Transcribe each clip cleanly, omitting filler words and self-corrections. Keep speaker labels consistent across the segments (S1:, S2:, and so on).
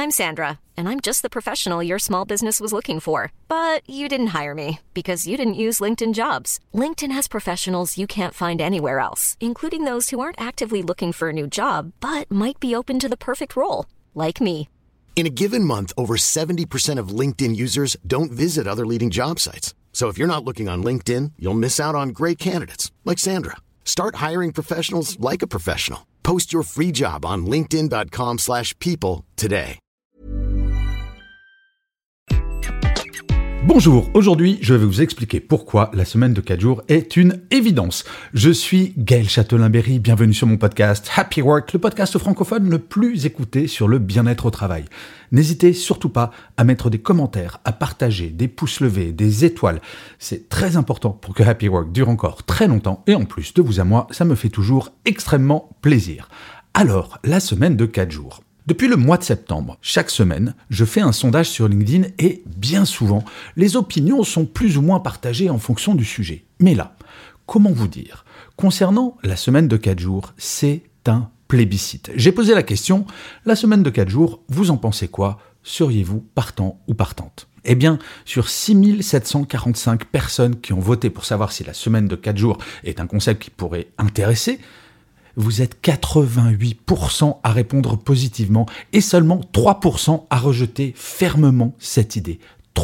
S1: I'm Sandra, and I'm just the professional your small business was looking for. But you didn't hire me because you didn't use LinkedIn Jobs. LinkedIn has professionals you can't find anywhere else, including those who aren't actively looking for a new job, but might be open to the perfect role, like me.
S2: In a given month, over 70% of LinkedIn users don't visit other leading job sites. So if you're not looking on LinkedIn, you'll miss out on great candidates like Sandra. Start hiring professionals like a professional. Post your free job on linkedin.com/people today.
S3: Bonjour, aujourd'hui je vais vous expliquer pourquoi la semaine de 4 jours est une évidence. Je suis Gaël Châtelain-Berry, bienvenue sur mon podcast Happy Work, le podcast francophone le plus écouté sur le bien-être au travail. N'hésitez surtout pas à mettre des commentaires, à partager, des pouces levés, des étoiles. C'est très important pour que Happy Work dure encore très longtemps et en plus de vous à moi, ça me fait toujours extrêmement plaisir. Alors, la semaine de 4 jours. Depuis le mois de septembre, chaque semaine, je fais un sondage sur LinkedIn et bien souvent, les opinions sont plus ou moins partagées en fonction du sujet. Mais là, comment vous dire ? Concernant la semaine de 4 jours, c'est un plébiscite. J'ai posé la question, la semaine de 4 jours, vous en pensez quoi ? Seriez-vous partant ou partante ? Eh bien, sur 6745 personnes qui ont voté pour savoir si la semaine de 4 jours est un concept qui pourrait intéresser, vous êtes 88% à répondre positivement et seulement 3% à rejeter fermement cette idée.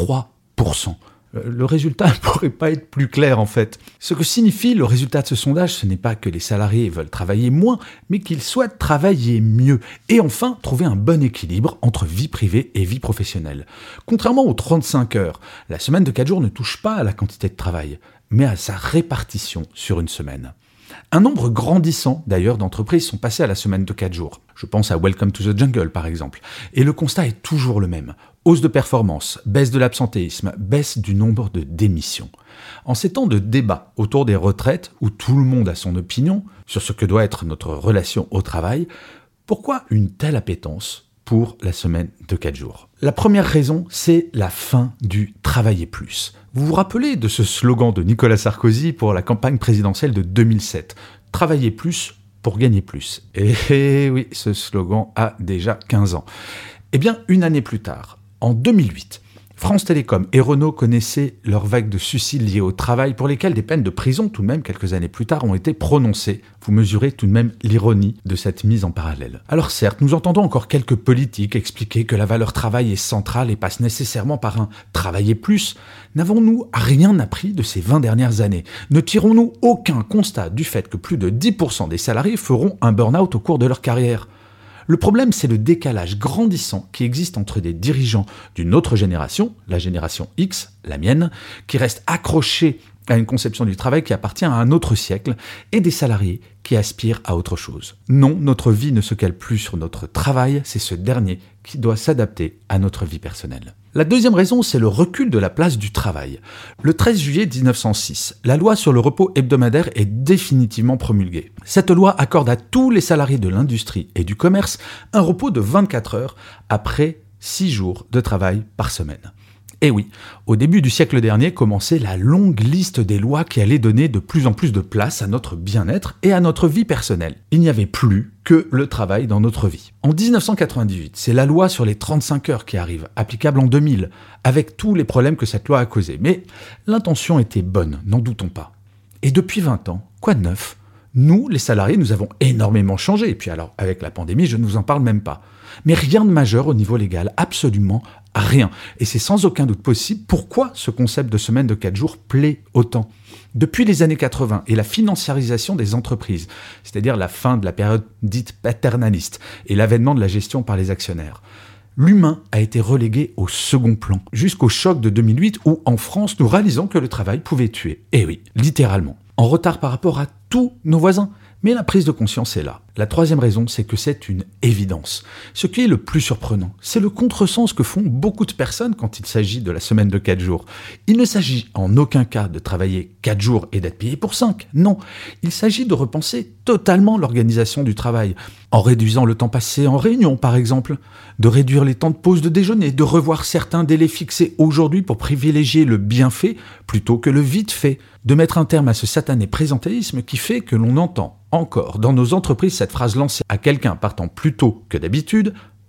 S3: 3%. Le résultat ne pourrait pas être plus clair en fait. Ce que signifie le résultat de ce sondage, ce n'est pas que les salariés veulent travailler moins, mais qu'ils souhaitent travailler mieux et enfin trouver un bon équilibre entre vie privée et vie professionnelle. Contrairement aux 35 heures, la semaine de 4 jours ne touche pas à la quantité de travail, mais à sa répartition sur une semaine. Un nombre grandissant, d'ailleurs, d'entreprises sont passées à la semaine de 4 jours. Je pense à Welcome to the Jungle, par exemple. Et le constat est toujours le même. Hausse de performance, baisse de l'absentéisme, baisse du nombre de démissions. En ces temps de débat autour des retraites, où tout le monde a son opinion sur ce que doit être notre relation au travail, pourquoi une telle appétence pour la semaine de 4 jours ? La première raison, c'est la fin du « travailler plus ». Vous vous rappelez de ce slogan de Nicolas Sarkozy pour la campagne présidentielle de 2007 « Travailler plus pour gagner plus ». Et oui, ce slogan a déjà 15 ans. Eh bien, une année plus tard, en 2008, France Télécom et Renault connaissaient leur vague de suicides liés au travail pour lesquels des peines de prison, tout de même quelques années plus tard, ont été prononcées. Vous mesurez tout de même l'ironie de cette mise en parallèle. Alors certes, nous entendons encore quelques politiques expliquer que la valeur travail est centrale et passe nécessairement par un « travailler plus ». N'avons-nous rien appris de ces 20 dernières années ? Ne tirons-nous aucun constat du fait que plus de 10% des salariés feront un burn-out au cours de leur carrière ? Le problème, c'est le décalage grandissant qui existe entre des dirigeants d'une autre génération, la génération X, la mienne, qui restent accrochés à une conception du travail qui appartient à un autre siècle, et des salariés qui aspirent à autre chose. Non, notre vie ne se cale plus sur notre travail, c'est ce dernier qui doit s'adapter à notre vie personnelle. La deuxième raison, c'est le recul de la place du travail. Le 13 juillet 1906, la loi sur le repos hebdomadaire est définitivement promulguée. Cette loi accorde à tous les salariés de l'industrie et du commerce un repos de 24 heures après 6 jours de travail par semaine. Et oui, au début du siècle dernier commençait la longue liste des lois qui allaient donner de plus en plus de place à notre bien-être et à notre vie personnelle. Il n'y avait plus que le travail dans notre vie. En 1998, c'est la loi sur les 35 heures qui arrive, applicable en 2000, avec tous les problèmes que cette loi a causés. Mais l'intention était bonne, n'en doutons pas. Et depuis 20 ans, quoi de neuf ? Nous, les salariés, nous avons énormément changé. Et puis alors, avec la pandémie, je ne vous en parle même pas. Mais rien de majeur au niveau légal, absolument rien. Et c'est sans aucun doute possible pourquoi ce concept de semaine de 4 jours plaît autant. Depuis les années 80 et la financiarisation des entreprises, c'est-à-dire la fin de la période dite paternaliste et l'avènement de la gestion par les actionnaires, l'humain a été relégué au second plan, jusqu'au choc de 2008 où, en France, nous réalisons que le travail pouvait tuer. Et oui, littéralement. En retard par rapport à tous nos voisins. Mais la prise de conscience est là. La troisième raison, c'est que c'est une évidence. Ce qui est le plus surprenant, c'est le contresens que font beaucoup de personnes quand il s'agit de la semaine de 4 jours. Il ne s'agit en aucun cas de travailler 4 jours et d'être payé pour 5. Non, il s'agit de repenser totalement l'organisation du travail, en réduisant le temps passé en réunion par exemple, de réduire les temps de pause de déjeuner, de revoir certains délais fixés aujourd'hui pour privilégier le bien fait plutôt que le vite fait, de mettre un terme à ce satané présentéisme qui fait que l'on entend encore dans nos entreprises cette phrase lancée à quelqu'un partant plus tôt que d'habitude,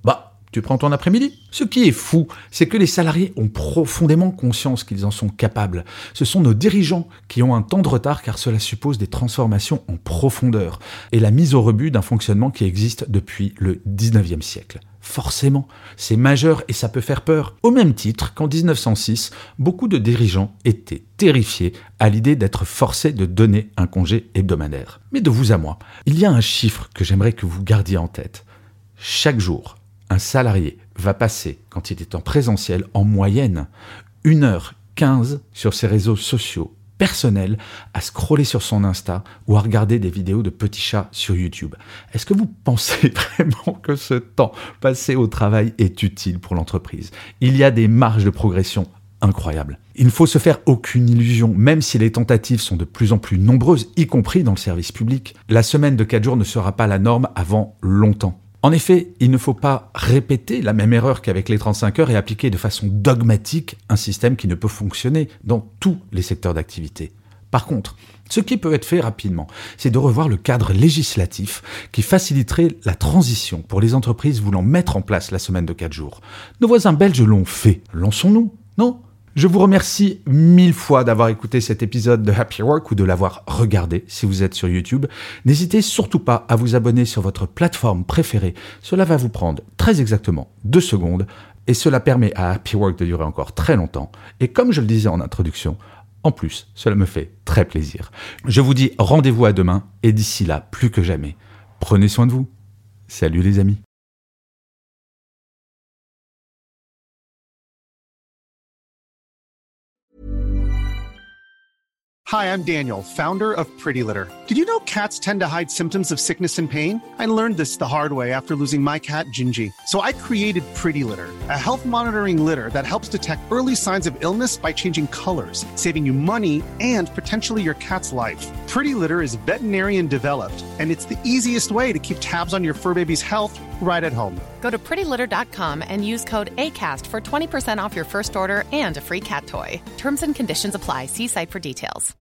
S3: Tu prends ton après-midi ? Ce qui est fou, c'est que les salariés ont profondément conscience qu'ils en sont capables. Ce sont nos dirigeants qui ont un temps de retard car cela suppose des transformations en profondeur et la mise au rebut d'un fonctionnement qui existe depuis le 19e siècle. Forcément, c'est majeur et ça peut faire peur. Au même titre qu'en 1906, beaucoup de dirigeants étaient terrifiés à l'idée d'être forcés de donner un congé hebdomadaire. Mais de vous à moi, il y a un chiffre que j'aimerais que vous gardiez en tête. Chaque jour, un salarié va passer, quand il est en présentiel, en moyenne 1h15 sur ses réseaux sociaux personnels à scroller sur son Insta ou à regarder des vidéos de petits chats sur YouTube. Est-ce que vous pensez vraiment que ce temps passé au travail est utile pour l'entreprise ? Il y a des marges de progression incroyables. Il ne faut se faire aucune illusion, même si les tentatives sont de plus en plus nombreuses, y compris dans le service public. La semaine de 4 jours ne sera pas la norme avant longtemps. En effet, il ne faut pas répéter la même erreur qu'avec les 35 heures et appliquer de façon dogmatique un système qui ne peut fonctionner dans tous les secteurs d'activité. Par contre, ce qui peut être fait rapidement, c'est de revoir le cadre législatif qui faciliterait la transition pour les entreprises voulant mettre en place la semaine de 4 jours. Nos voisins belges l'ont fait. Lançons-nous, non ? Je vous remercie 1000 fois d'avoir écouté cet épisode de Happy Work ou de l'avoir regardé si vous êtes sur YouTube. N'hésitez surtout pas à vous abonner sur votre plateforme préférée. Cela va vous prendre très exactement 2 secondes et cela permet à Happy Work de durer encore très longtemps. Et comme je le disais en introduction, en plus, cela me fait très plaisir. Je vous dis rendez-vous à demain et d'ici là, plus que jamais, prenez soin de vous. Salut les amis.
S4: Hi, I'm Daniel, founder of Pretty Litter. Did you know cats tend to hide symptoms of sickness and pain? I learned this the hard way after losing my cat, Gingy. So I created Pretty Litter, a health monitoring litter that helps detect early signs of illness by changing colors, saving you money and potentially your cat's life. Pretty Litter is veterinarian developed, and it's the easiest way to keep tabs on your fur baby's health right at home.
S5: Go to prettylitter.com and use code ACAST for 20% off your first order and a free cat toy. Terms and conditions apply. See site for details.